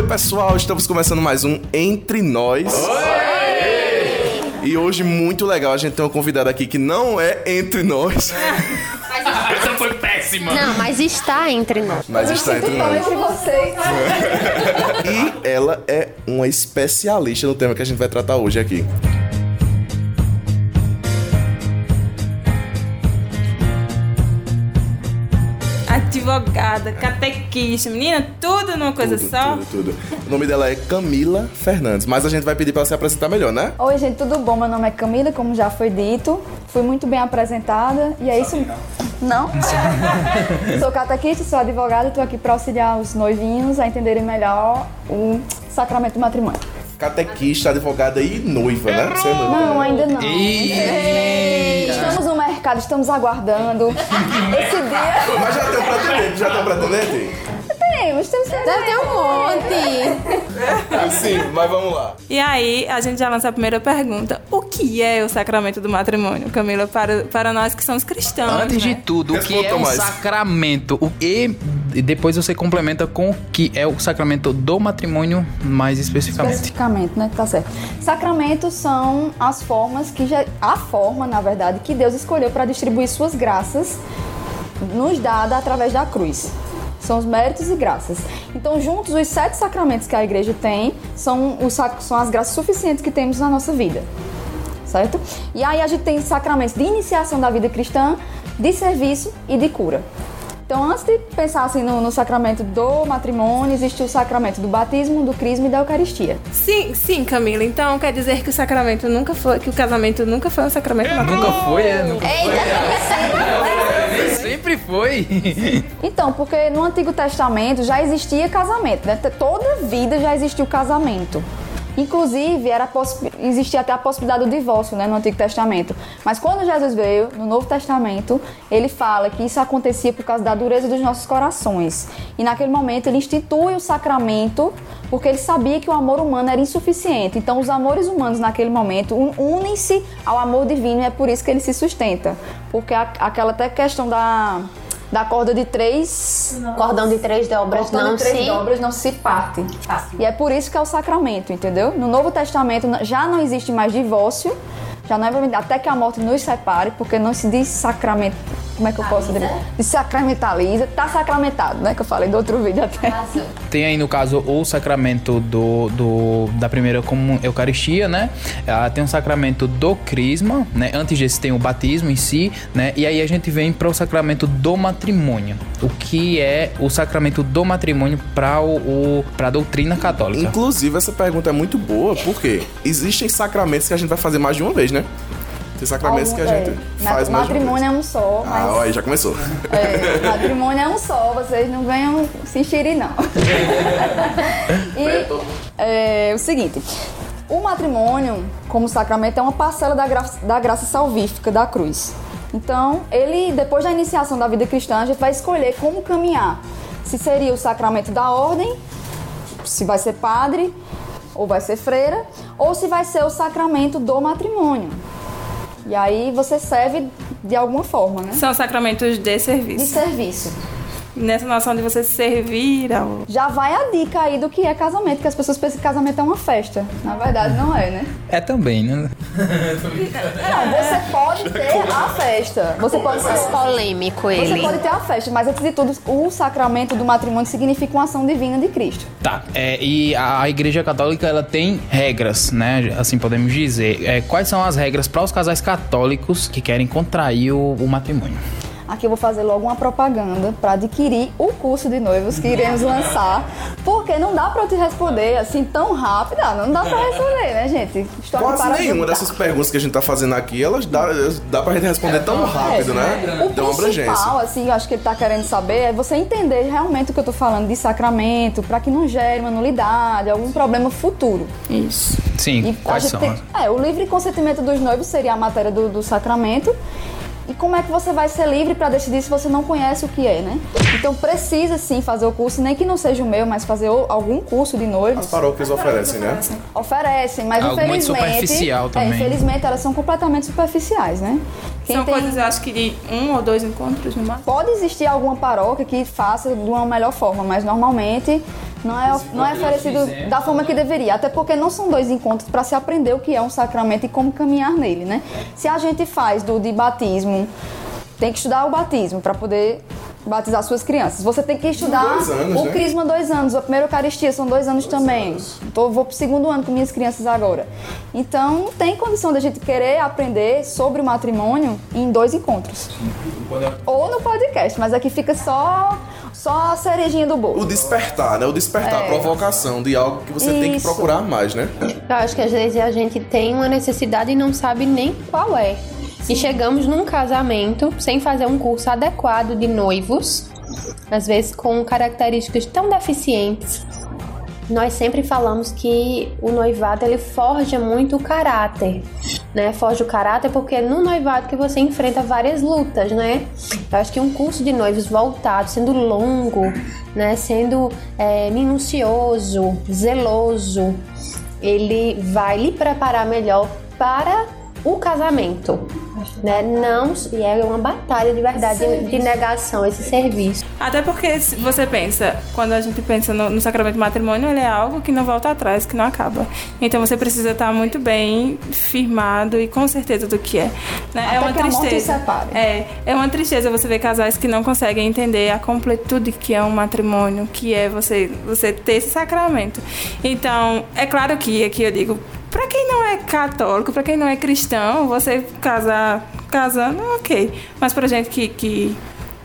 pessoal, estamos começando mais um Entre Nós. E hoje, muito legal, a gente tem uma convidada aqui que não é entre nós. Essa foi péssima. Não, mas está entre nós. Mas está entre nós. Entre vocês. E ela é uma especialista no tema que a gente vai tratar hoje aqui. Advogada, catequista, menina, tudo numa coisa só. Tudo. O nome dela é Camila Fernandes, mas a gente vai pedir pra ela se apresentar melhor, né? Oi, gente, tudo bom? Meu nome é Camila, como já foi dito. Fui muito bem apresentada e é isso. Não? Sou catequista, sou advogada, estou aqui para auxiliar os noivinhos a entenderem melhor o sacramento do matrimônio. Catequista, advogada e noiva, né? Você é noiva? Não, ainda não. Estamos no mercado, estamos aguardando esse dia. Mas já tem um pretendente? Temos Deve ter um monte. Sim, mas vamos lá. E aí, a gente já lança a primeira pergunta. O que é o sacramento do matrimônio, Camila, para nós que somos cristãos? Antes de né? tudo, o que é um sacramento? E depois você complementa com o que é o sacramento do matrimônio, mais especificamente. Especificamente, né? Tá certo. Sacramentos são as formas que a forma, na verdade, que Deus escolheu para distribuir suas graças, nos dada através da cruz. São os méritos e graças. Então, juntos, os 7 sacramentos que a igreja tem são as graças suficientes que temos na nossa vida. Certo? E aí a gente tem sacramentos de iniciação da vida cristã, de serviço e de cura. Então, antes de pensar assim, no sacramento do matrimônio, existe o sacramento do batismo, do crisma e da Eucaristia. Sim, Camila. Então, quer dizer que o sacramento nunca foi, que o casamento nunca foi um sacramento matrimônio? Nunca foi, nunca foi. Sempre foi. Então, porque no Antigo Testamento já existia casamento, né? Toda vida já existiu casamento. Inclusive, existia até a possibilidade do divórcio, né, no Antigo Testamento. Mas quando Jesus veio, no Novo Testamento, ele fala que isso acontecia por causa da dureza dos nossos corações. E naquele momento ele institui o sacramento porque ele sabia que o amor humano era insuficiente. Então os amores humanos naquele momento unem-se ao amor divino e é por isso que ele se sustenta. Porque aquela até questão da corda de 3... Cordão de 3 dobras não se parte. E é por isso que é o sacramento, entendeu? No Novo Testamento já não existe mais divórcio, já não é até que a morte nos separe, porque não se diz sacramento. Como é que eu posso dizer? Desacramentaliza. Tá sacramentado, né? Que eu falei do outro vídeo até. Tem aí, no caso, o sacramento da primeira Eucaristia, né? Tem o sacramento do crisma, né? Antes desse tem o batismo em si, né? E aí a gente vem para o sacramento do matrimônio. O que é o sacramento do matrimônio para a doutrina católica? Inclusive, essa pergunta é muito boa, porque existem sacramentos que a gente vai fazer mais de uma vez, né? Tem sacramentos que a gente faz mais de uma vez. Matrimônio é um só, mas... aí já começou. Matrimônio é um só, vocês não venham se enxerir, não. E o seguinte, o matrimônio, como sacramento, é uma parcela da graça salvífica da cruz. Então, depois da iniciação da vida cristã, a gente vai escolher como caminhar. Se seria o sacramento da ordem, se vai ser padre, ou vai ser freira, ou se vai ser o sacramento do matrimônio. E aí você serve de alguma forma, né? São sacramentos de serviço. De serviço. Nessa noção de você servir ao... Já vai a dica aí do que é casamento, que as pessoas pensam que casamento é uma festa. Na verdade, não é, né? É também, né? Não, você pode ter a festa. Você pode ser polêmico ele. Você pode ter a festa, mas antes de tudo, o sacramento do matrimônio significa uma ação divina de Cristo. Tá, e a Igreja Católica, ela tem regras, né? Assim podemos dizer. Quais são as regras para os casais católicos que querem contrair o matrimônio? Aqui eu vou fazer logo uma propaganda para adquirir o curso de noivos que iremos lançar, porque não dá para eu te responder assim tão rápido, não dá para responder, né, gente? Estou aqui Quase para nenhuma ajudar. dessas perguntas que a gente tá fazendo aqui, elas dá pra gente responder tão rápido, né? O Então, principal, assim, eu acho que ele tá querendo saber é você entender realmente o que eu tô falando de sacramento, para que não gere uma nulidade, algum problema futuro. Isso. Sim, quais são? O livre consentimento dos noivos seria a matéria do sacramento. E como é que você vai ser livre para decidir se você não conhece o que é, né? Então precisa sim fazer o curso, nem que não seja o meu, mas fazer algum curso de noivos. As paróquias oferecem, né? Oferecem, mas algo infelizmente... muito superficial também. Infelizmente elas são completamente superficiais, né? Quem São tem- coisas, eu acho que de 1 ou 2 encontros no máximo. Pode existir alguma paróquia que faça de uma melhor forma, mas normalmente não é oferecido da forma que deveria. Até porque não são 2 encontros para se aprender o que é um sacramento e como caminhar nele, né? Se a gente faz de batismo, tem que estudar o batismo para poder batizar suas crianças. Você tem que estudar 2 anos, o né? Crisma 2 anos, a primeira Eucaristia são 2 anos também. Vou pro 2º ano com minhas crianças agora. Então não tem condição da gente querer aprender sobre o matrimônio em 2 encontros. Ou no podcast, mas aqui fica só a cerejinha do bolo. O despertar, né? O despertar, a provocação de algo que você tem que Isso. procurar mais, né? Eu acho que às vezes a gente tem uma necessidade e não sabe nem qual é. E chegamos num casamento sem fazer um curso adequado de noivos, às vezes com características tão deficientes. Nós sempre falamos que o noivado ele forja muito o caráter, né? Forja o caráter porque é no noivado que você enfrenta várias lutas, né? Eu acho que um curso de noivos voltado, sendo longo, né? Sendo minucioso, zeloso, ele vai lhe preparar melhor para o casamento, né? Não, e é uma batalha de verdade de negação esse serviço. Até porque se você pensa, quando a gente pensa no sacramento do matrimônio, ele é algo que não volta atrás, que não acaba. Então você precisa estar muito bem firmado e com certeza do que é. Né? Até É uma que a morte tristeza. os separe. É uma tristeza você ver casais que não conseguem entender a completude que é um matrimônio, que é você ter esse sacramento. Então, é claro que aqui eu digo, pra quem não é católico, pra quem não é cristão, você casando, ok. Mas pra gente que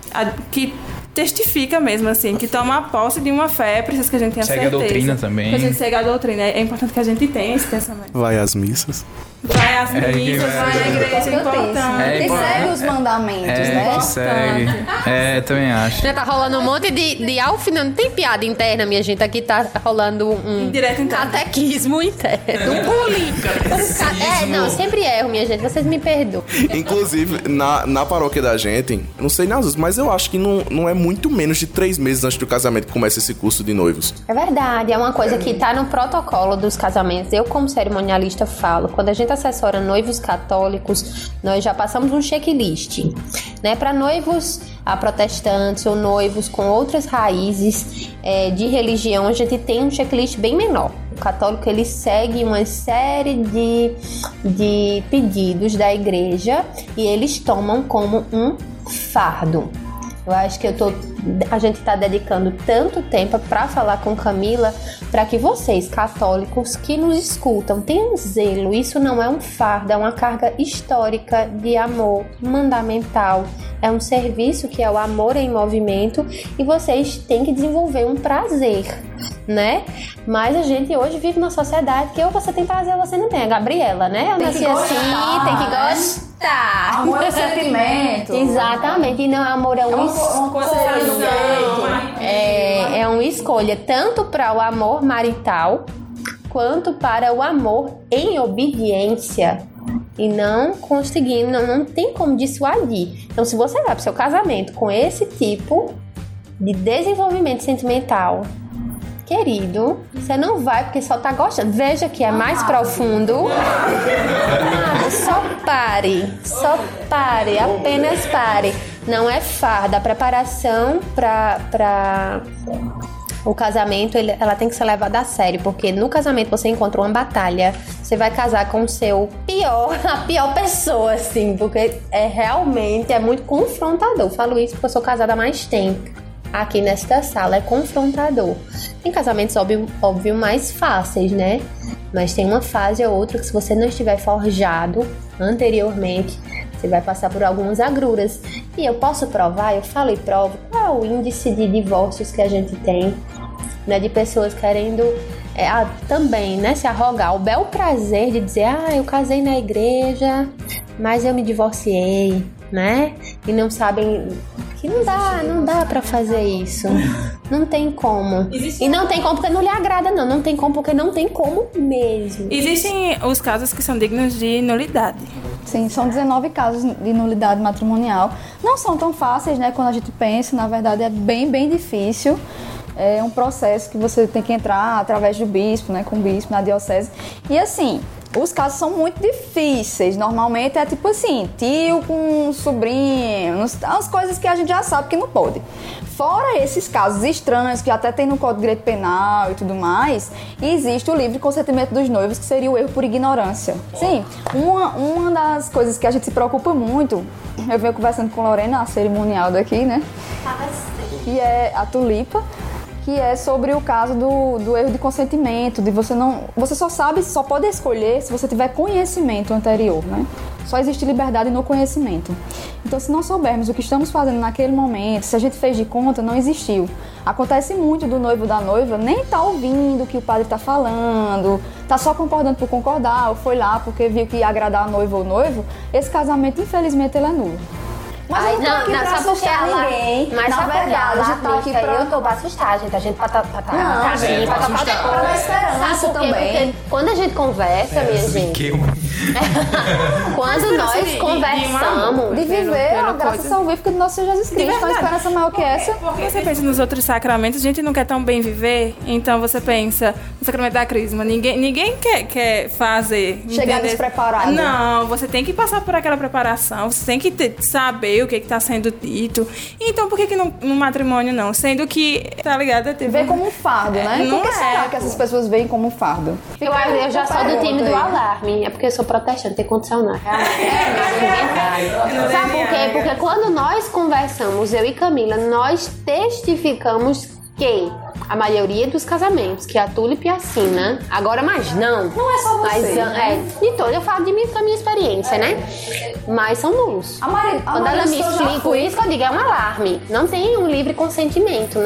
testifica mesmo, assim, que toma posse de uma fé, precisa que a gente tenha Segue a certeza. doutrina também. Que a gente segue a doutrina. É importante que a gente tenha esse pensamento. Vai às missas. Vai às missas, vai à igreja, é importante. É E importante. segue os mandamentos, né? Que segue. Também acho. Já tá rolando um monte de alfinete. Não tem piada interna, minha gente. Aqui tá rolando um Indireto interno. catequismo interno. Um bullying. Não, eu sempre erro, minha gente. Vocês me perdoam. Inclusive, na paróquia da gente, não sei nas outras, mas eu acho que não é muito menos de 3 meses antes do casamento que começa esse curso de noivos. É verdade, é uma coisa que tá no protocolo dos casamentos. Eu, como cerimonialista, falo, quando a gente assessora noivos católicos, nós já passamos um checklist, né? Para noivos protestantes ou noivos com outras raízes de religião, a gente tem um checklist bem menor. O católico, ele segue uma série de pedidos da igreja e eles tomam como um fardo. Eu acho que a gente está dedicando tanto tempo para falar com Camila, para que vocês, católicos que nos escutam, tenham zelo. Isso não é um fardo, é uma carga histórica de amor mandamental. É um serviço que é o amor em movimento e vocês têm que desenvolver um prazer, né? Mas a gente hoje vive numa sociedade que ou você tem prazer ou você não tem. A Gabriela, né? Eu nasci assim, tem que gostar. Amor é um sentimento. Exatamente, e não, amor é uma escolha. É uma escolha tanto para o amor marital quanto para o amor em obediência. E não conseguindo, não tem como dissuadir. Então, se você vai para o seu casamento com esse tipo de desenvolvimento sentimental, querido, você não vai porque só tá gostando. Veja que é mais profundo. Só pare, apenas pare. Não é farda. A preparação para o casamento, ela tem que ser levada a sério, porque no casamento você encontra uma batalha. Você vai casar com o seu a pior pessoa, assim, porque realmente é muito confrontador. Eu falo isso porque eu sou casada há mais tempo. Aqui nesta sala é confrontador. Tem casamentos, óbvio, mais fáceis, né? Mas tem uma fase ou outra que, se você não estiver forjado anteriormente, você vai passar por algumas agruras. E eu posso provar, eu falo e provo, qual é o índice de divórcios que a gente tem, né? De pessoas querendo também, né, se arrogar o bel prazer de dizer, eu casei na igreja, mas eu me divorciei, né? E não sabem que não dá pra fazer isso. Não tem como. E não tem como porque não lhe agrada, não. Não tem como porque não tem como mesmo. Existem os casos que são dignos de nulidade. Sim, são 19 casos de nulidade matrimonial. Não são tão fáceis, né, quando a gente pensa. Na verdade, é bem, bem difícil. É um processo que você tem que entrar através do bispo, né, com o bispo na diocese. E assim, os casos são muito difíceis. Normalmente é tipo assim, tio com sobrinho, as coisas que a gente já sabe que não pode. Fora esses casos estranhos, que até tem no Código de Direito Penal e tudo mais, existe o livre consentimento dos noivos, que seria o erro por ignorância. Sim, uma das coisas que a gente se preocupa muito, eu venho conversando com Lorena, a cerimonial daqui, né? Que é a Tulipa, que é sobre o caso do erro de consentimento, de você só pode escolher se você tiver conhecimento anterior, né? Só existe liberdade no conhecimento. Então, se não soubermos o que estamos fazendo naquele momento, se a gente fez de conta, não existiu. Acontece muito do noivo ou da noiva nem tá ouvindo o que o padre tá falando, tá só concordando por concordar, ou foi lá porque viu que ia agradar a noiva ou noivo. Esse casamento, infelizmente, ele é nulo. Mas Ai, eu não tô aqui pra assustar ninguém. Mas na verdade, a gente tá aqui pra... Eu tô pra assustar, gente. A gente tá pra esperança também. Porque quando a gente conversa, minha gente... Quando nós conversamos... De viver a graça salvífica do nosso Senhor Jesus Cristo. Uma esperança maior que essa. Porque você pensa nos outros sacramentos, a gente não quer tão bem viver, então você pensa no sacramento da crisma. Ninguém quer fazer... Chegar despreparado. Não, você tem que passar por aquela preparação, você tem que saber o que está sendo dito. Então, por que no matrimônio não? Sendo que, tá ligado? Vê como um fardo, né? Não por que será que essas pessoas veem como um fardo? Eu já sou do time do alarme. É porque eu sou protestante, tem condição não. Sabe por quê? Porque quando nós conversamos, eu e Camila, nós testificamos que a maioria dos casamentos que a Tulipe assina, agora mais não. Não é só você. Então, eu falo da minha experiência, né? Mas são nulos. Quando ela me explica isso, eu digo, é um alarme. Não tem um livre consentimento.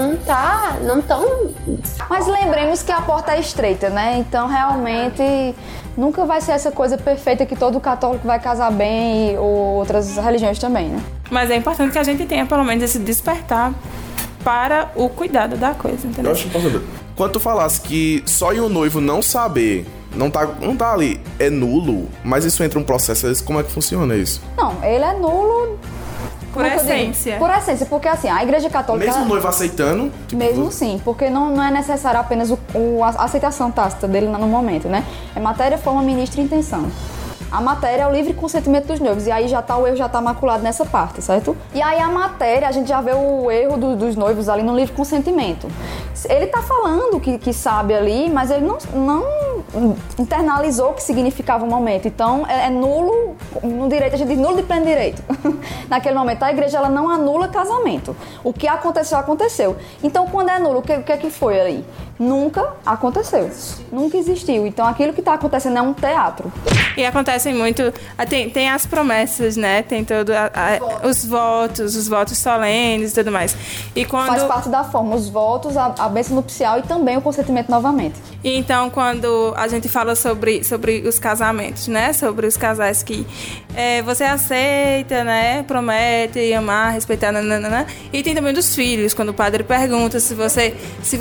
Não tão... Mas lembremos que a porta é estreita, né? Então, realmente, nunca vai ser essa coisa perfeita que todo católico vai casar bem ou outras religiões também, né? Mas é importante que a gente tenha, pelo menos, esse despertar para o cuidado da coisa, entendeu? Eu acho importante. Quando tu falasse que só em um noivo não saber, não tá ali, é nulo, mas isso entra um processo, como é que funciona isso? Não, ele é nulo... Por essência. Por essência, porque assim, a Igreja Católica... Mesmo o noivo aceitando? Mesmo sim, porque não é necessário apenas a aceitação tácita dele no momento, né? É matéria, forma, ministro e intenção. A matéria é o livre consentimento dos noivos. E aí o erro já tá maculado nessa parte, certo? E aí a matéria, a gente já vê o erro dos noivos ali no livre consentimento. Ele tá falando que sabe ali, mas ele não internalizou o que significava o momento. Então, é nulo, no direito a gente diz nulo de pleno direito. Naquele momento, a igreja ela não anula casamento. O que aconteceu, aconteceu. Então, quando é nulo, o que é que foi ali? Nunca aconteceu. Nunca existiu. Então, aquilo que tá acontecendo é um teatro. E acontecem muito... Tem as promessas, né? Tem todo os votos solenes e tudo mais. E quando... Faz parte da forma, os votos, a bênção nupcial e também o consentimento novamente. E então, quando a gente fala sobre os casamentos, né? Sobre os casais que você aceita, né? Promete amar, respeitar, nananana. E tem também dos filhos, quando o padre pergunta se você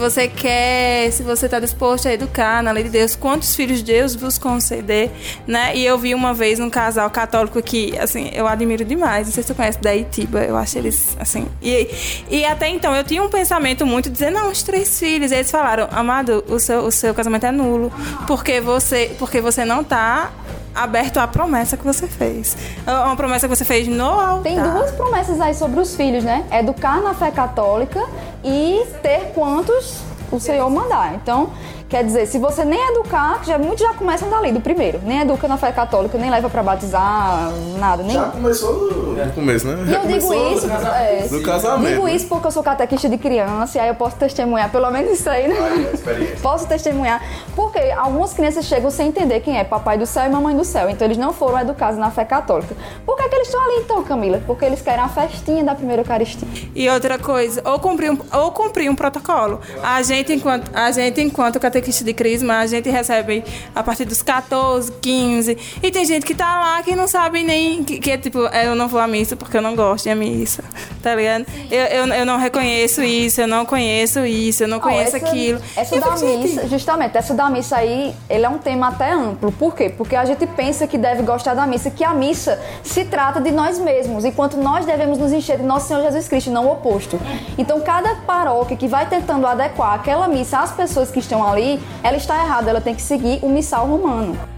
quer, se você está disposto a educar na lei de Deus, quantos filhos Deus vos conceder, né? E eu vi uma vez um casal católico que, assim, eu admiro demais. Não sei se tu conhece, da Itiba. Eu acho eles, assim... E até então, eu tinha um pensamento muito de dizer, não, os 3 filhos. E eles falaram, amado, o seu casamento é nulo. Porque você não tá aberto à promessa que você fez. Uma promessa que você fez no altar. Tem 2 promessas aí sobre os filhos, né? Educar na fé católica e ter quantos o Senhor mandar. Então... Quer dizer, se você nem educar, muitos já começam dali, do primeiro. Nem educa na fé católica, nem leva pra batizar, nada. Nem... Já começou no começo, né? E eu digo isso... Do casamento. Digo isso porque eu sou catequista de criança e aí eu posso testemunhar, pelo menos isso aí, né? Posso testemunhar. Porque algumas crianças chegam sem entender quem é papai do céu e mamãe do céu. Então eles não foram educados na fé católica. Por que eles estão ali então, Camila? Porque eles querem a festinha da primeira Eucaristia. E outra coisa, ou cumprir um protocolo. A gente, enquanto catequista de crisma, a gente recebe a partir dos 14, 15, e tem gente que tá lá que não sabe nem que é tipo, eu não vou à missa porque eu não gosto de ir à missa, tá ligado? Eu não reconheço isso, eu não conheço isso, eu não conheço aquilo. Essa da missa, justamente, essa da missa aí, ele é um tema até amplo. Por quê? Porque a gente pensa que deve gostar da missa, que a missa se trata de nós mesmos, enquanto nós devemos nos encher de nosso Senhor Jesus Cristo, não o oposto. Então, cada paróquia que vai tentando adequar aquela missa às pessoas que estão ali, ela está errada, ela tem que seguir o missal romano.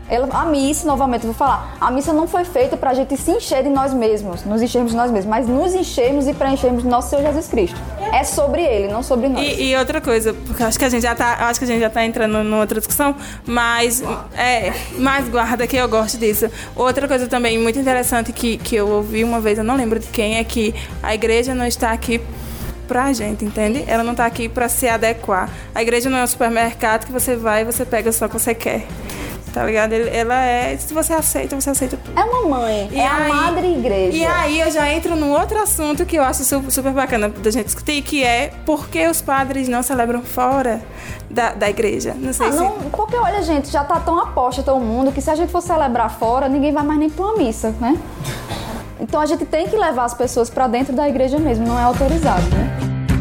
A missa, novamente, eu vou falar, a missa não foi feita pra gente se encher de nós mesmos, nos enchermos de nós mesmos, mas nos enchermos e preenchermos do nosso Senhor Jesus Cristo. É sobre Ele, não sobre nós. E outra coisa, porque acho que a gente já tá entrando numa outra discussão, mas guarda que eu gosto disso. Outra coisa também muito interessante que eu ouvi uma vez, eu não lembro de quem, é que a igreja não está aqui pra gente, entende? Ela não tá aqui pra se adequar. A igreja não é um supermercado que você vai e você pega só o que você quer. Tá ligado? Ela é... Se você aceita tudo. É uma mãe, a madre igreja. E aí eu já entro num outro assunto que eu acho super bacana da gente discutir, que é por que os padres não celebram fora da igreja. Não sei se... Não, porque, olha, gente, já tá tão apóstata o mundo que se a gente for celebrar fora, ninguém vai mais nem pra uma missa, né? Então a gente tem que levar as pessoas pra dentro da igreja mesmo, não é autorizado, né?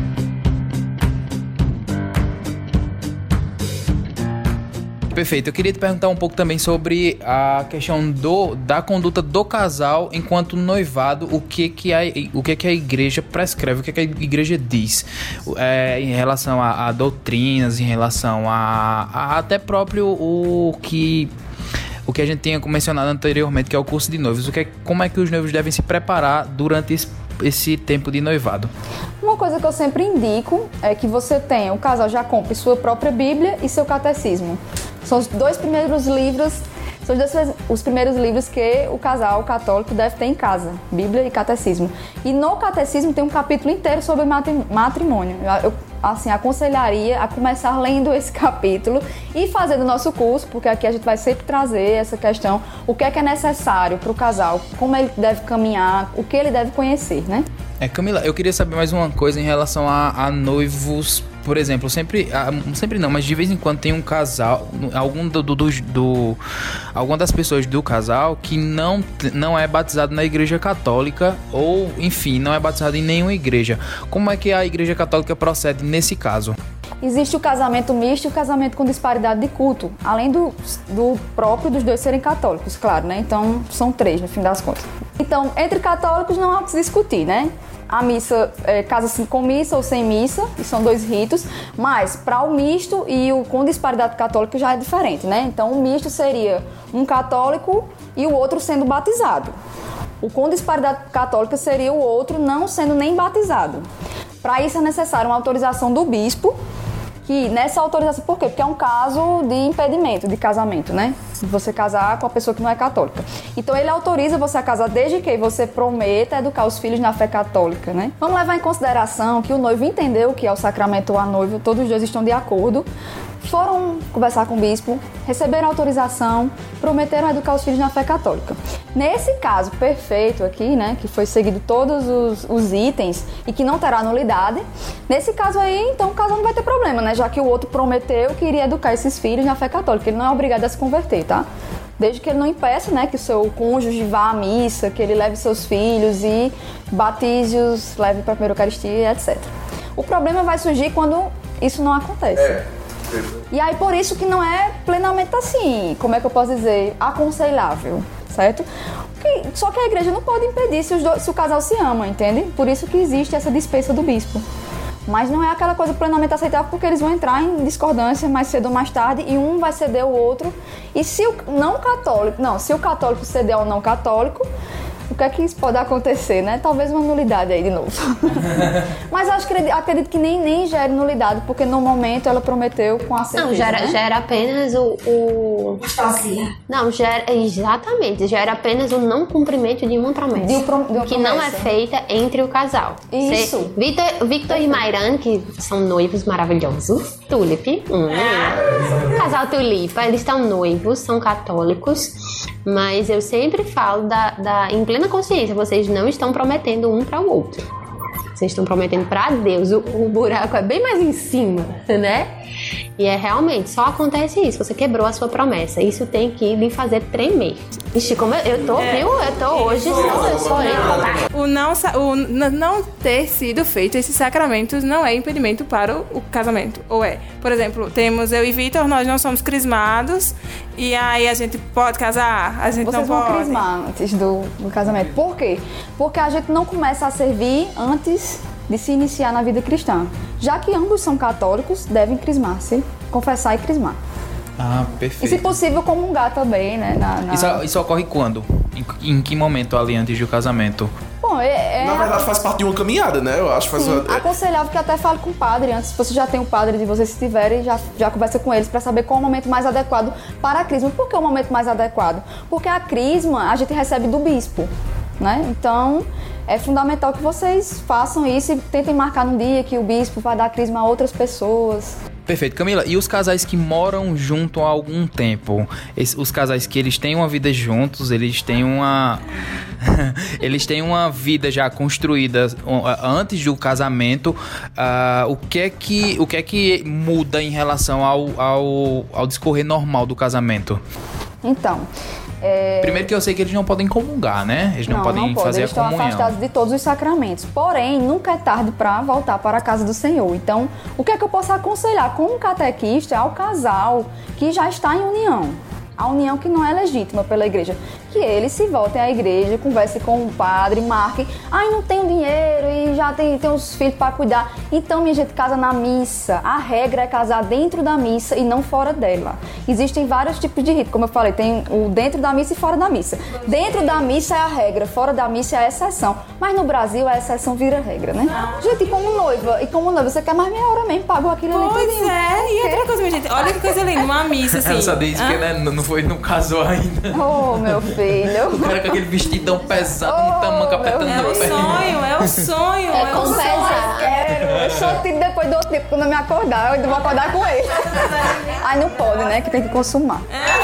Perfeito. Eu queria te perguntar um pouco também sobre a questão da conduta do casal enquanto noivado, o que a igreja prescreve, o que a igreja diz em relação a doutrinas, em relação a até próprio o que a gente tinha mencionado anteriormente, que é o curso de noivos. Como é que os noivos devem se preparar durante esse tempo de noivado? Uma coisa que eu sempre indico é que o casal já compre sua própria Bíblia e seu catecismo. São os dois primeiros livros, os primeiros livros que o casal católico deve ter em casa, Bíblia e catecismo. E no catecismo tem um capítulo inteiro sobre matrimônio. Eu aconselharia a começar lendo esse capítulo e fazendo o nosso curso, porque aqui a gente vai sempre trazer essa questão, o que é necessário para o casal, como ele deve caminhar, o que ele deve conhecer, né? Camila, eu queria saber mais uma coisa em relação a noivos, por exemplo, sempre não, mas de vez em quando tem um casal, alguma das pessoas do casal que não é batizado na igreja católica ou, enfim, não é batizado em nenhuma igreja. Como é que a igreja católica procede nesse caso? Existe o casamento misto e o casamento com disparidade de culto, além do próprio dos dois serem católicos, claro, né? Então, são 3 no fim das contas. Então, entre católicos não há o que se discutir, né? A missa, casa-se com missa ou sem missa, e são 2 ritos, mas para o misto e o com disparidade católica já é diferente, né? Então, o misto seria um católico e o outro sendo batizado. O com disparidade católica seria o outro não sendo nem batizado. Para isso é necessário uma autorização do bispo, que nessa autorização, por quê? Porque é um caso de impedimento de casamento, né? Você casar com a pessoa que não é católica. Então ele autoriza você a casar desde que você prometa educar os filhos na fé católica, né? Vamos levar em consideração que o noivo entendeu o que é o sacramento ou a noiva, todos os dois estão de acordo, foram conversar com o bispo, receberam autorização, prometeram educar os filhos na fé católica. Nesse caso perfeito aqui, né, que foi seguido todos os itens e que não terá nulidade, nesse caso aí, então o casal não vai ter problema, né, já que o outro prometeu que iria educar esses filhos na fé católica. Ele não é obrigado a se converter, tá? Desde que ele não impeça, né, que o seu cônjuge vá à missa, que ele leve seus filhos e batize-os, leve para a primeira Eucaristia, etc. O problema vai surgir quando isso não acontece. E aí, por isso que não é plenamente assim, como é que eu posso dizer, aconselhável, certo? Só que a igreja não pode impedir se o casal se ama, entende? Por isso que existe essa dispensa do bispo. Mas não é aquela coisa plenamente aceitável, porque eles vão entrar em discordância mais cedo ou mais tarde e um vai ceder o outro. E se o católico ceder ao não católico, o que é que isso pode acontecer, né? Talvez uma nulidade aí de novo. Mas eu acredito que nem gere nulidade, porque no momento ela prometeu com a certeza. Não, gera apenas o... Não, exatamente, gera apenas o não cumprimento de uma promessa. Que não é feita entre o casal. Isso. Victor e Mairane, que são noivos maravilhosos. Tulip. Casal Tulipa, eles estão noivos, são católicos. Mas eu sempre falo em plena consciência, vocês não estão prometendo um para o outro. Vocês estão prometendo para Deus. O buraco é bem mais em cima, né? E realmente, só acontece isso. Você quebrou a sua promessa. Isso tem que lhe fazer tremer. Ixi, como eu tô, viu? Eu tô hoje, eu sou eu. O não ter sido feito esses sacramentos não é impedimento para o casamento. Ou é? Por exemplo, temos eu e Vitor, nós não somos crismados. E aí a gente pode casar? A gente Vocês não pode. Vocês vão crismar antes do casamento. Por quê? Porque a gente não começa a servir antes de se iniciar na vida cristã. Já que ambos são católicos, devem crismar-se, confessar e crismar. Ah, E, perfeito. se possível, comungar também, né? Isso ocorre quando? Em que momento ali antes do casamento? Bom, Na verdade, faz parte de uma caminhada, né? Eu acho que faz sim, uma... aconselhável que até fale com o padre antes. Se você já tem um padre de vocês, se tiverem, já conversa com eles para saber qual é o momento mais adequado para a crisma. Por que o momento mais adequado? Porque a crisma a gente recebe do bispo, né? Então, é fundamental que vocês façam isso e tentem marcar num dia que o bispo vai dar a crisma a outras pessoas. Perfeito. Camila, e os casais que moram junto há algum tempo? Os casais que eles têm uma vida juntos, eles têm uma... eles têm uma vida já construída antes do casamento. O que é que muda em relação ao discorrer normal do casamento? Então... Primeiro que eu sei que eles não podem comungar, né? Eles não podem fazer eles a comunhão. estão afastados de todos os sacramentos. Porém, nunca é tarde para voltar para a casa do Senhor. Então, o que é que eu posso aconselhar como catequista ao casal que já está em união? A união que não é legítima pela igreja. Que eles se voltem à igreja, conversem com o padre, marquem. Ai, não tenho dinheiro e já tem os filhos para cuidar. Então, minha gente, casa na missa. A regra é casar dentro da missa e não fora dela. Existem vários tipos de rito, como eu falei, tem o dentro da missa e fora da missa. Dentro da missa é a regra, fora da missa é a exceção. Mas no Brasil a exceção vira regra, né? Gente, e como noiva, você quer mais meia hora mesmo, pagou aquilo ali Pois tudinho. é, e outra coisa, minha gente, olha que coisa linda, uma missa assim. Ela só disse que né, não casou ainda. Oh, meu filho. O cara com aquele vestidão pesado, um tamanco apertando É no o pé. sonho, é o sonho. É com pesar. Eu só tiro depois do outro tempo, quando eu me acordar, eu ainda vou acordar com ele. Ai, não pode, né? Que tem que consumar.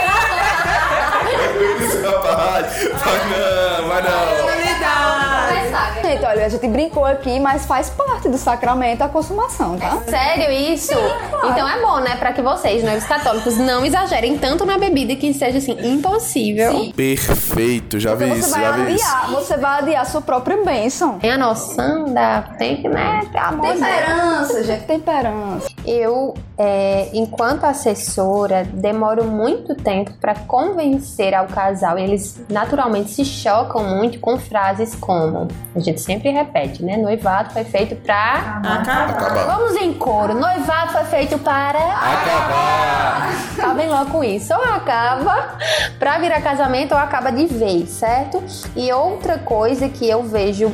Vai não. Gente, olha, a gente brincou aqui, mas faz parte do sacramento a consumação, tá? Sério isso? claro. Então é bom, né? Pra que vocês, noivos católicos, não exagerem tanto na bebida que seja assim, impossível. Perfeito, já vi Porque isso, já vi isso. você vai adiar a sua própria bênção. Tem a noção da... Tem que, né? Ter amor. Temperança, gente, temperança. Eu, enquanto assessora, demoro muito tempo para convencer ao casal. Eles naturalmente se chocam muito com frases como, a gente sempre repete, né? Noivado foi feito para Acabar. Vamos em coro. Noivado foi feito para Acabar. Acabem logo com isso. Ou acaba para virar casamento ou acaba de vez, certo? E outra coisa que eu vejo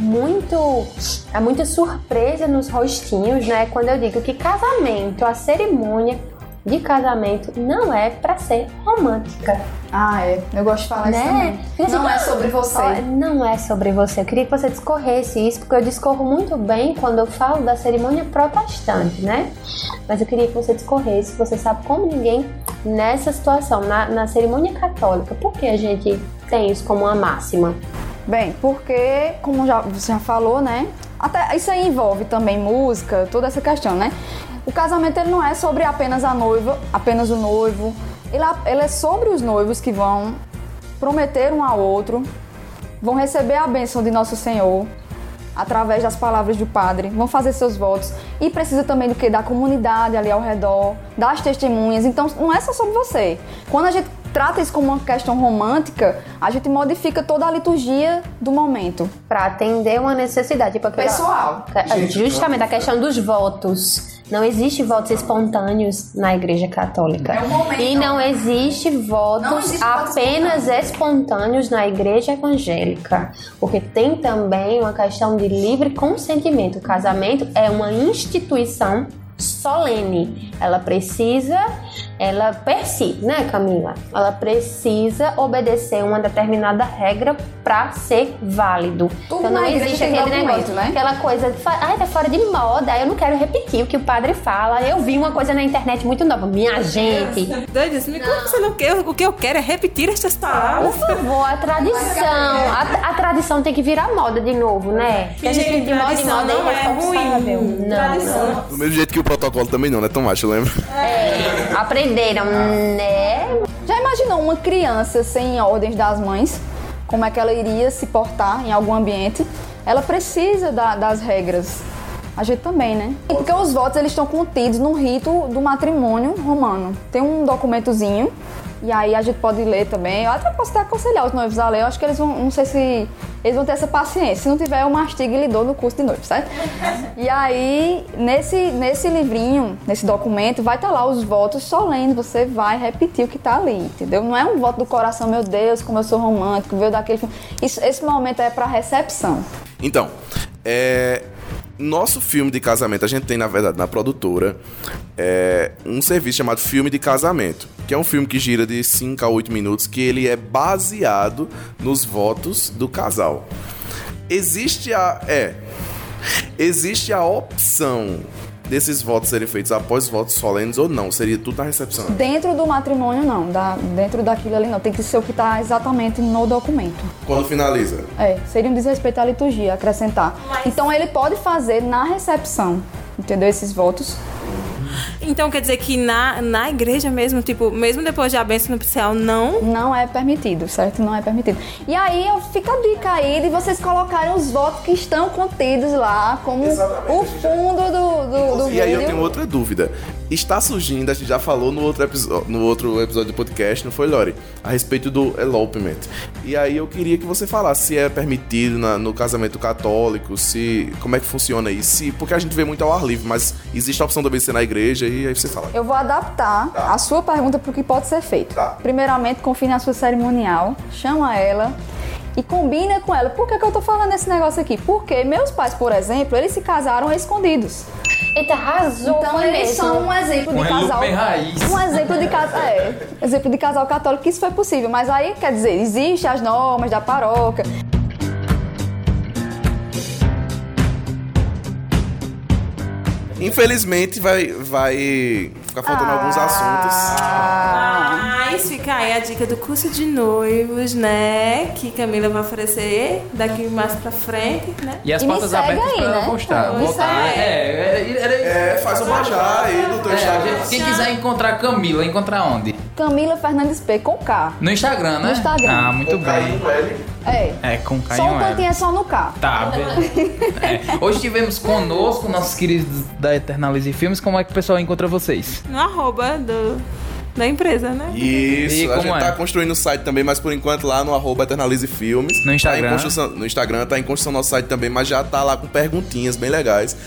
muita surpresa nos rostinhos, né? Quando eu digo que casamento, a cerimônia de casamento não é pra ser romântica. Ah, é. Eu gosto de falar isso Né? também. Não é sobre você. Não é sobre você. Eu queria que você discorresse isso, porque eu discorro muito bem quando eu falo da cerimônia protestante, né? Mas eu queria que você discorresse, você sabe como ninguém nessa situação, na cerimônia católica. Por que a gente tem isso como uma máxima? Bem, porque, como você já falou, né? Até isso aí envolve também música, toda essa questão, né? O casamento ele não é sobre apenas a noiva, apenas o noivo. Ele é sobre os noivos que vão prometer um ao outro, vão receber a bênção de Nosso Senhor através das palavras do Padre, vão fazer seus votos. E precisa também do quê? Da comunidade ali ao redor, das testemunhas. Então, não é só sobre você. Quando a gente trata isso como uma questão romântica, a gente modifica toda a liturgia do momento. Para atender uma necessidade. Porque Pessoal. Justamente a questão dos votos. Não existe votos espontâneos na Igreja Católica. É um momento. E não existe votos Não existe voto apenas espontâneos na Igreja Evangélica. Porque tem também uma questão de livre consentimento. O casamento é uma instituição solene. Ela precisa, né, Camila? Ela precisa obedecer uma determinada regra para ser válido. Tudo Então não na igreja existe tem aquele documento, negócio, né? aquela coisa, tá fora de moda, eu não quero repetir o que o padre fala. Eu vi uma coisa na internet muito nova. Minha gente, Doido, como você não quer? O que eu quero é repetir estas palavras. por favor, a tradição. A tradição tem que virar moda de novo, né? Que a gente vive de moda em Tradição moda não é irresponsável. ruim. Tradição. Do mesmo jeito que o protocolo também não, né, Tomás? Eu lembro. Aprenderam, né? Já imaginou uma criança sem ordens das mães? Como é que ela iria se portar em algum ambiente? Ela precisa das regras. A gente também, né? Porque os votos eles estão contidos no rito do matrimônio romano. Tem um documentozinho E aí a gente pode ler também. Eu até posso até aconselhar os noivos a ler. Eu acho que eles vão, não sei se eles vão ter essa paciência. Se não tiver, eu mastigo e lhe dou no curso de noivo, certo? E aí, nesse livrinho, nesse documento, vai estar lá os votos solenes. Você vai repetir o que tá ali, entendeu? Não é um voto do coração, meu Deus, como eu sou romântico, veio daquele filme. Esse momento é pra recepção. Então, nosso filme de casamento, a gente tem, na verdade, na produtora, um serviço chamado Filme de Casamento, que é um filme que gira de 5 a 8 minutos, que ele é baseado nos votos do casal. Existe a opção desses votos serem feitos após votos solenes ou não? Seria tudo na recepção? Dentro do matrimônio, não. Dentro daquilo ali, não. Tem que ser o que está exatamente no documento. Quando finaliza? Seria um desrespeito à liturgia, acrescentar. Então, ele pode fazer na recepção, entendeu? Esses votos. Então quer dizer que na igreja mesmo, tipo, mesmo depois de a bênção nupcial, não? Não é permitido, certo? Não é permitido. E aí fica a dica aí de vocês colocarem os votos que estão contidos lá, como o fundo do vídeo. E aí eu tenho outra dúvida. Está surgindo, a gente já falou no outro episódio do podcast, não foi, Lori? A respeito do elopement. E aí eu queria que você falasse se é permitido no casamento católico, como é que funciona isso. Porque a gente vê muito ao ar livre, mas existe a opção também de ser na igreja, e aí você fala. Eu vou adaptar a sua pergunta para o que pode ser feito. Primeiramente, confie na sua cerimonial, chama ela e combina com ela. Por que eu tô falando esse negócio aqui? Porque meus pais, por exemplo, eles se casaram escondidos. Eita, arrasou. Então foi eles mesmo. são um exemplo de casal. Um exemplo de casal. Exemplo de casal católico que isso foi possível. Mas aí, quer dizer, existem as normas da paróquia. Infelizmente vai ficar faltando alguns assuntos. Mas fica aí a dica do curso de noivos, né? Que Camila vai oferecer daqui mais pra frente, né? E as E me portas segue abertas aí, pra ela né? postar. Me Voltar. segue. Faz o bajá aí do teu Instagram. Quem quiser encontrar Camila, encontrar onde? Camila Fernandes P, com K. No Instagram, né? No Instagram. Ah, muito bem. Com K e Só um um L. cantinho é só no K. Tá, beleza. Hoje tivemos conosco nossos queridos da Eternalize Filmes. Como é que o pessoal encontra vocês? No arroba da empresa, né? Isso, E a gente como tá é? construindo o site também, mas por enquanto lá no @Eternalize Filmes. No Instagram. Tá em construção, no Instagram tá em construção nosso site também, mas já tá lá com perguntinhas bem legais.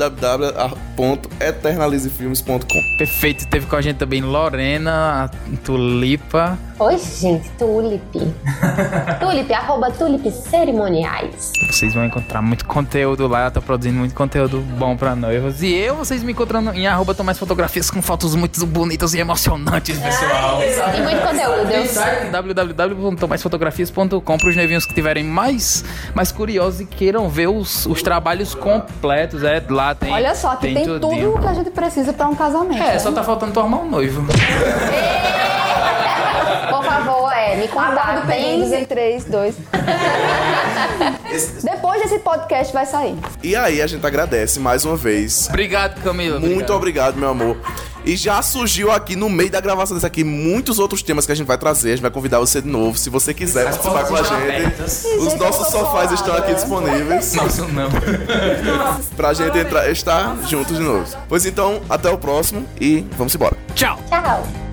www.eternalizefilmes.com. Perfeito. Teve com a gente também Lorena, a Tulipa. Oi, gente, Tulip. Tulip, @Tulip Cerimoniais. Vocês vão encontrar muito conteúdo lá. Eu tô produzindo muito conteúdo bom pra noivos. E vocês me encontrando em @TomásFotografias com fotos muito bonitas e emocionantes, pessoal. Tem muito conteúdo. Tem site www.tomaisfotografias.com para os noivinhos que tiverem mais curiosos e queiram ver os trabalhos completos. Lá tem. Olha só, aqui tem tudo o que a gente precisa pra um casamento. Só tá faltando tu arrumar um noivo. Por favor, me Aguardo pedidos contatem. em 3, 2. Depois desse podcast vai sair. E aí a gente agradece mais uma vez. Obrigado, Camila. Muito obrigado, meu amor. E já surgiu aqui no meio da gravação desse aqui muitos outros temas que a gente vai trazer. A gente vai convidar você de novo, se você quiser As participar com a portas estão gente. abertas. Os nossos sofás estão aqui disponíveis Nossa, não. pra gente estar juntos de novo. Pois então, até o próximo e vamos embora. Tchau. Tchau.